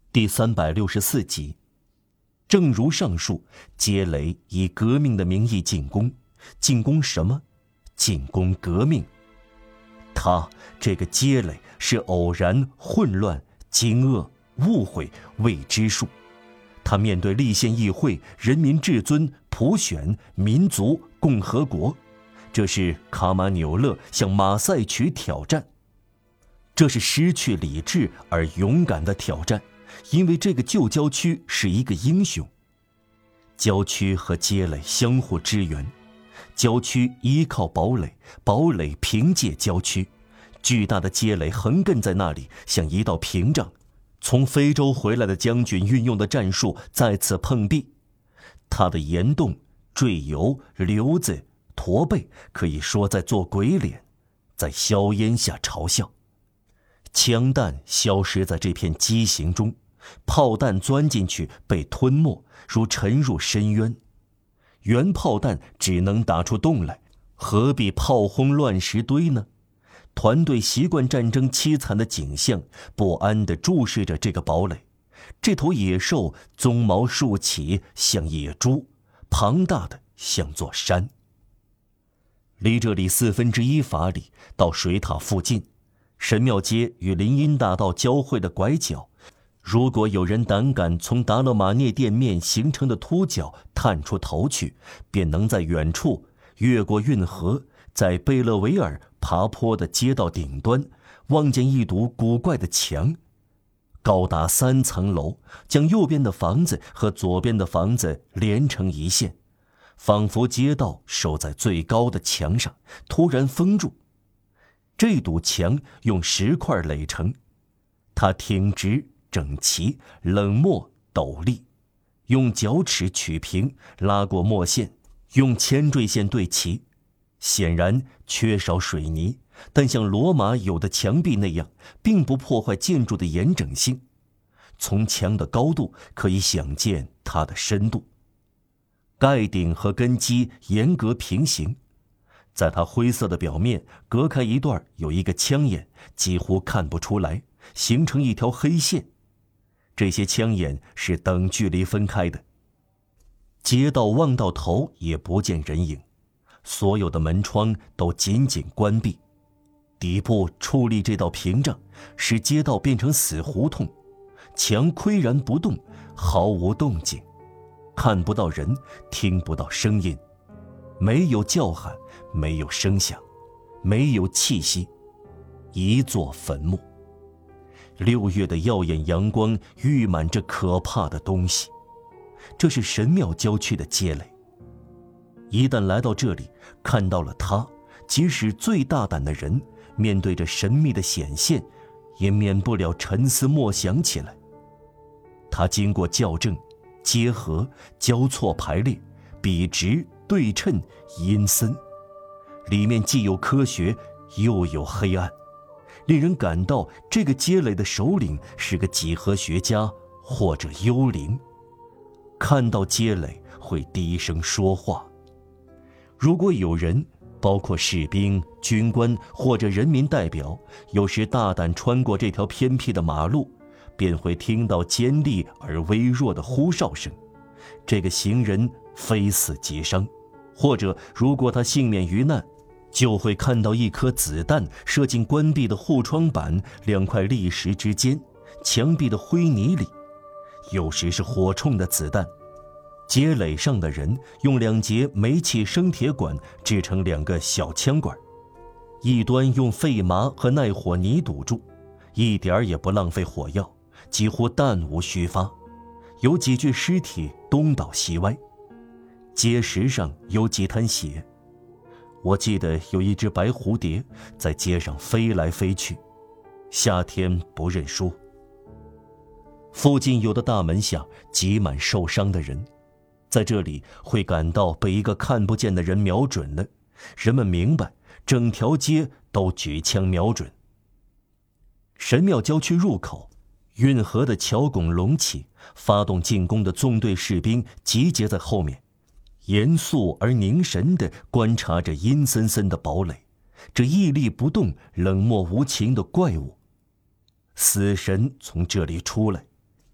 第364集。正如上述，街垒以革命的名义进攻，进攻什么？进攻革命。他这个街垒是偶然、混乱、惊愕、误会、未知数。他面对立宪议会、人民至尊、普选、民族、共和国，这是卡马纽勒向马赛曲挑战。这是失去理智而勇敢的挑战，因为这个旧郊区是一个英雄。郊区和街垒相互支援，郊区依靠堡垒，堡垒凭借郊区。巨大的街垒横亘在那里，像一道屏障。从非洲回来的将军运用的战术再次碰壁，他的岩洞、坠油、瘤子、驼背可以说在做鬼脸，在硝烟下嘲笑。枪弹消失在这片畸形中，炮弹钻进去被吞没，如沉入深渊。原炮弹只能打出洞来，何必炮轰乱石堆呢？团队习惯战争凄惨的景象，不安地注视着这个堡垒。这头野兽鬃毛竖起，像野猪，庞大的像座山。离这里1/4法里，到水塔附近，神庙街与林荫大道交汇的拐角。如果有人胆敢从达勒马涅店面形成的凸角探出头去，便能在远处越过运河，在贝勒维尔爬坡的街道顶端望见一堵古怪的墙，高达3层楼，将右边的房子和左边的房子连成一线，仿佛街道守在最高的墙上，突然封住。这堵墙用石块垒成，它挺直整齐，冷漠陡立，用脚尺取平，拉过墨线，用铅坠线对齐。显然缺少水泥，但像罗马有的墙壁那样，并不破坏建筑的严整性。从墙的高度可以想见它的深度。盖顶和根基严格平行，在它灰色的表面隔开一段有一个枪眼，几乎看不出来，形成一条黑线。这些枪眼是等距离分开的。街道望到头也不见人影，所有的门窗都紧紧关闭。底部矗立这道屏障，使街道变成死胡同。墙岿然不动，毫无动静，看不到人，听不到声音，没有叫喊，没有声响，没有气息，一座坟墓。6月的耀眼阳光溢满这可怕的东西。这是神庙郊区的街垒。一旦来到这里，看到了它，即使最大胆的人面对着神秘的显现，也免不了沉思默想起来。它经过校正、结合、交错排列、笔直、对称、阴森，里面既有科学，又有黑暗，令人感到这个街垒的首领是个几何学家或者幽灵。看到街垒会低声说话。如果有人，包括士兵、军官或者人民代表，有时大胆穿过这条偏僻的马路，便会听到尖利而微弱的呼哨声。这个行人非死即伤，或者如果他幸免于难，就会看到一颗子弹射进关闭的护窗板2块砾石之间，墙壁的灰泥里。有时是火铳的子弹。街垒上的人用2节煤气生铁管制成2个小枪管，一端用废麻和耐火泥堵住，一点儿也不浪费火药，几乎弹无虚发。有几具尸体东倒西歪，街石上有几滩血。我记得有一只白蝴蝶在街上飞来飞去，夏天不认输。附近有的大门下挤满受伤的人，在这里会感到被一个看不见的人瞄准了。人们明白，整条街都举枪瞄准。神庙郊区入口，运河的桥拱隆起，发动进攻的纵队士兵集结在后面，严肃而凝神地观察着阴森森的堡垒，这屹立不动、冷漠无情的怪物。死神从这里出来，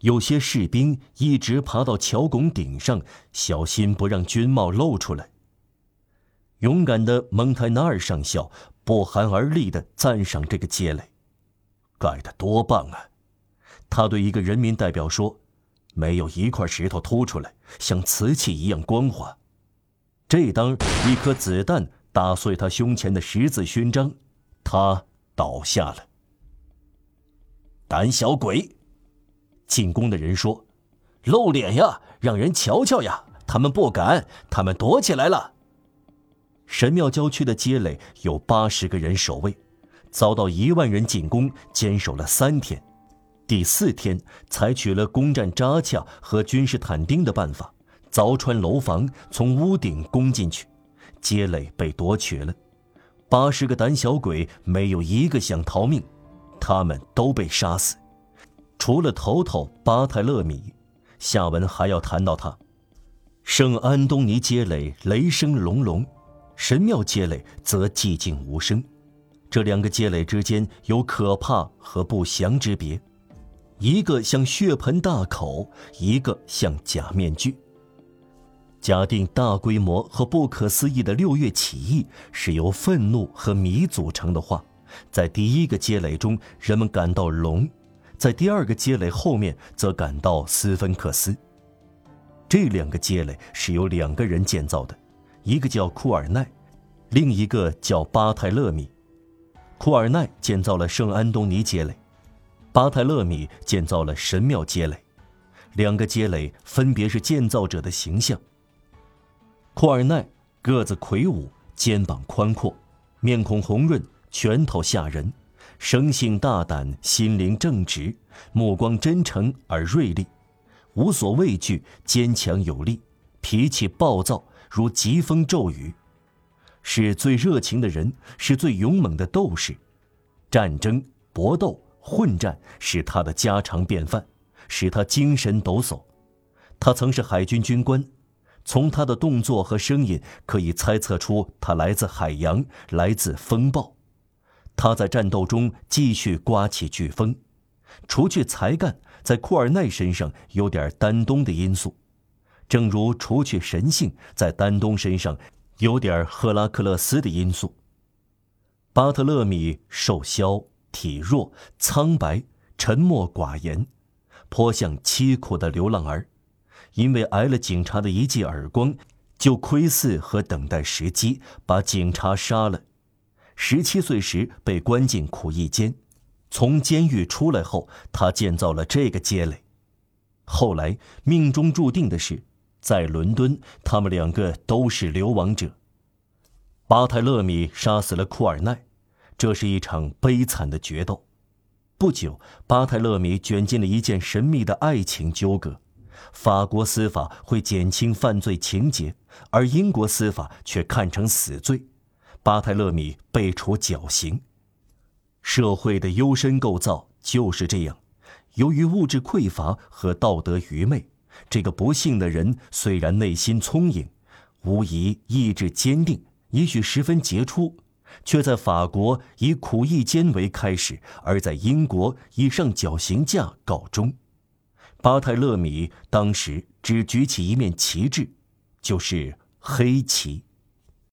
有些士兵一直爬到桥拱顶上，小心不让军帽露出来。勇敢的蒙泰纳尔上校不寒而栗地赞赏这个街垒，盖得多棒啊！他对一个人民代表说，没有一块石头凸出来，像瓷器一样光滑。这当一颗子弹打碎他胸前的十字勋章，他倒下了。胆小鬼！进攻的人说，露脸呀，让人瞧瞧呀！他们不敢，他们躲起来了。神庙郊区的街垒有80个人守卫，遭到1万人进攻，坚守了3天。第4天，采取了攻占扎恰和君士坦丁的办法，凿穿楼房，从屋顶攻进去，街垒被夺取了。80个胆小鬼没有一个想逃命，他们都被杀死，除了头头巴泰勒米。下文还要谈到他。圣安东尼街垒雷声隆隆，神庙街垒则寂静无声。这2个街垒之间有可怕和不祥之别，一个像血盆大口，一个像假面具。假定大规模和不可思议的6月起义是由愤怒和迷组成的话，在第1个街垒中人们感到龙，在第2个街垒后面则感到斯芬克斯。这2个街垒是由2个人建造的，一个叫库尔奈，另一个叫巴泰勒米。库尔奈建造了圣安东尼街垒，巴泰勒米建造了神庙街垒。2个街垒分别是建造者的形象。库尔奈个子魁梧，肩膀宽阔，面孔红润，拳头吓人，生性大胆，心灵正直，目光真诚而锐利，无所畏惧，坚强有力，脾气暴躁，如疾风骤雨，是最热情的人，是最勇猛的斗士。战争、搏斗、混战是他的家常便饭，使他精神抖擞。他曾是海军军官，从他的动作和声音可以猜测出他来自海洋，来自风暴。他在战斗中继续刮起飓风。除去才干，在库尔奈身上有点丹东的因素，正如除去神性，在丹东身上有点赫拉克勒斯的因素。巴特勒米瘦削、体弱、苍白、沉默寡言，颇像凄苦的流浪儿，因为挨了警察的一记耳光，就窥伺和等待时机把警察杀了。17岁时被关进苦役监，从监狱出来后，他建造了这个街垒。后来命中注定的是，在伦敦他们2个都是流亡者。巴泰勒米杀死了库尔奈，这是一场悲惨的决斗。不久，巴泰勒米卷进了一件神秘的爱情纠葛。法国司法会减轻犯罪情节，而英国司法却看成死罪。巴泰勒米被处绞刑。社会的幽深构造就是这样，由于物质匮乏和道德愚昧，这个不幸的人虽然内心聪颖，无疑意志坚定，也许十分杰出，却在法国以苦役监为开始，而在英国以上绞刑架告终。巴泰勒米当时只举起一面旗帜，就是黑旗。